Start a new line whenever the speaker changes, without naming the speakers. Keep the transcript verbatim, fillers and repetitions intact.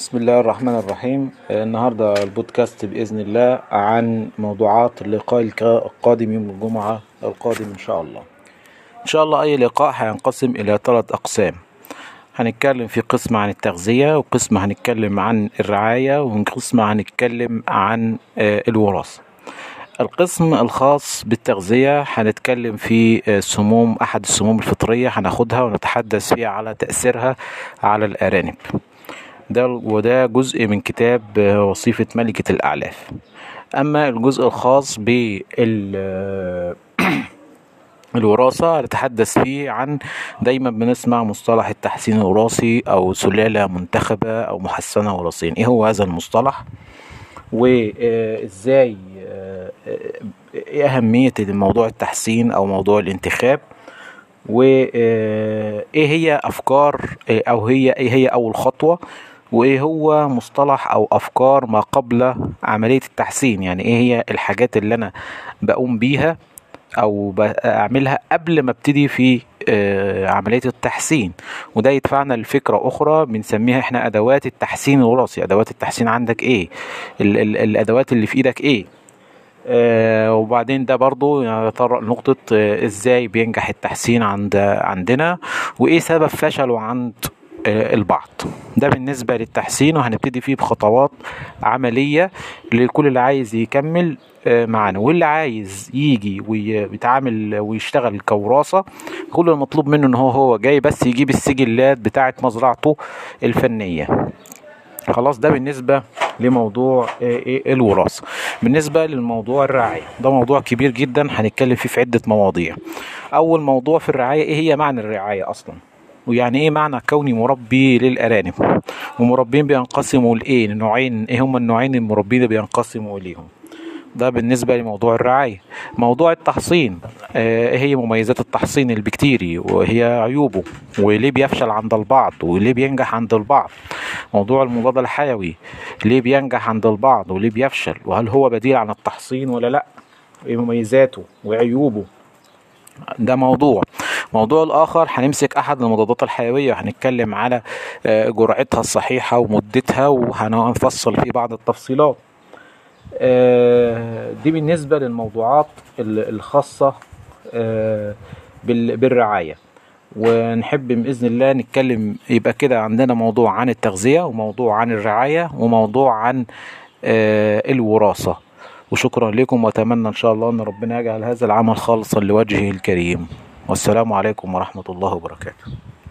بسم الله الرحمن الرحيم. آه، النهاردة البودكاست بإذن الله عن موضوعات اللقاء الك- القادم يوم الجمعة القادم إن شاء الله. إن شاء الله أي لقاء هينقسم إلى ثلاث أقسام. هنتكلم في قسم عن التغذية، وقسم هنتكلم عن الرعاية، وقسم هنتكلم عن آه، الوراثة. القسم الخاص بالتغذية هنتكلم في آه، سموم أحد السموم الفطرية، هناخدها ونتحدث فيها على تأثيرها على الأرانب. ده وده جزء من كتاب آه، وصيفة ملكة الأعلاف. أما الجزء الخاص بالوراثة نتحدث فيه عن، دايما بنسمع مصطلح التحسين الوراثي أو سلالة منتخبة أو محسنة وراثيا. إيه هو هذا المصطلح؟ وإزاي إيه أهمية موضوع التحسين أو موضوع الانتخاب؟ وايه هي افكار او هي ايه هي اول خطوة؟ وايه هو مصطلح او افكار ما قبل عملية التحسين؟ يعني ايه هي الحاجات اللي انا بقوم بيها او بعملها قبل ما ابتدي في آه، عملية التحسين؟ وده يدفعنا لفكرة اخرى بنسميها احنا ادوات التحسين الوراثي. ادوات التحسين عندك ايه؟ ال ال الادوات اللي في ايدك ايه؟ آه وبعدين ده برضو يتطرق لنقطة آه ازاي بينجح التحسين عند عندنا، وايه سبب فشله عند آه البعض. ده بالنسبة للتحسين، وهنبتدي فيه بخطوات عملية لكل اللي عايز يكمل آه معانا، واللي عايز يجي ويتعامل ويشتغل كوراثة. كل المطلوب منه ان هو هو جاي بس يجيب السجلات بتاعة مزرعته الفنية. خلاص، ده بالنسبة لموضوع ايه الوراثة. بالنسبة للموضوع الرعاية، ده موضوع كبير جدا هنتكلم فيه في عدة مواضيع. اول موضوع في الرعاية، ايه هي معنى الرعاية اصلا؟ ويعني ايه معنى كوني مربي للارانب؟ ومربين بينقسموا لايه نوعين؟ ايه هما النوعين المربين اللي بينقسموا اليهم؟ ده بالنسبة لموضوع الرعاية. موضوع التحصين، آه، ايه هي مميزات التحصين البكتيري وهي عيوبه، وليه بيفشل عند البعض وليه بينجح عند البعض؟ موضوع المضاد الحيوي، ليه بينجح عند البعض وليه بيفشل؟ وهل هو بديل عن التحصين ولا لا؟ ايه مميزاته وعيوبه؟ ده موضوع. موضوع الآخر، هنمسك أحد المضادات الحيوية وهنتكلم على آه، جرعتها الصحيحة ومدتها، وهنفصل في بعض التفصيلات. آه، دي بالنسبة للموضوعات الخاصة آه، بالرعاية. ونحب بإذن الله نتكلم، يبقى كده عندنا موضوع عن التغذية، وموضوع عن الرعاية، وموضوع عن آه، الوراثة. وشكرا لكم، وأتمنى إن شاء الله أن ربنا يجعل هذا العمل خالصا لوجهه الكريم. والسلام عليكم ورحمة الله وبركاته.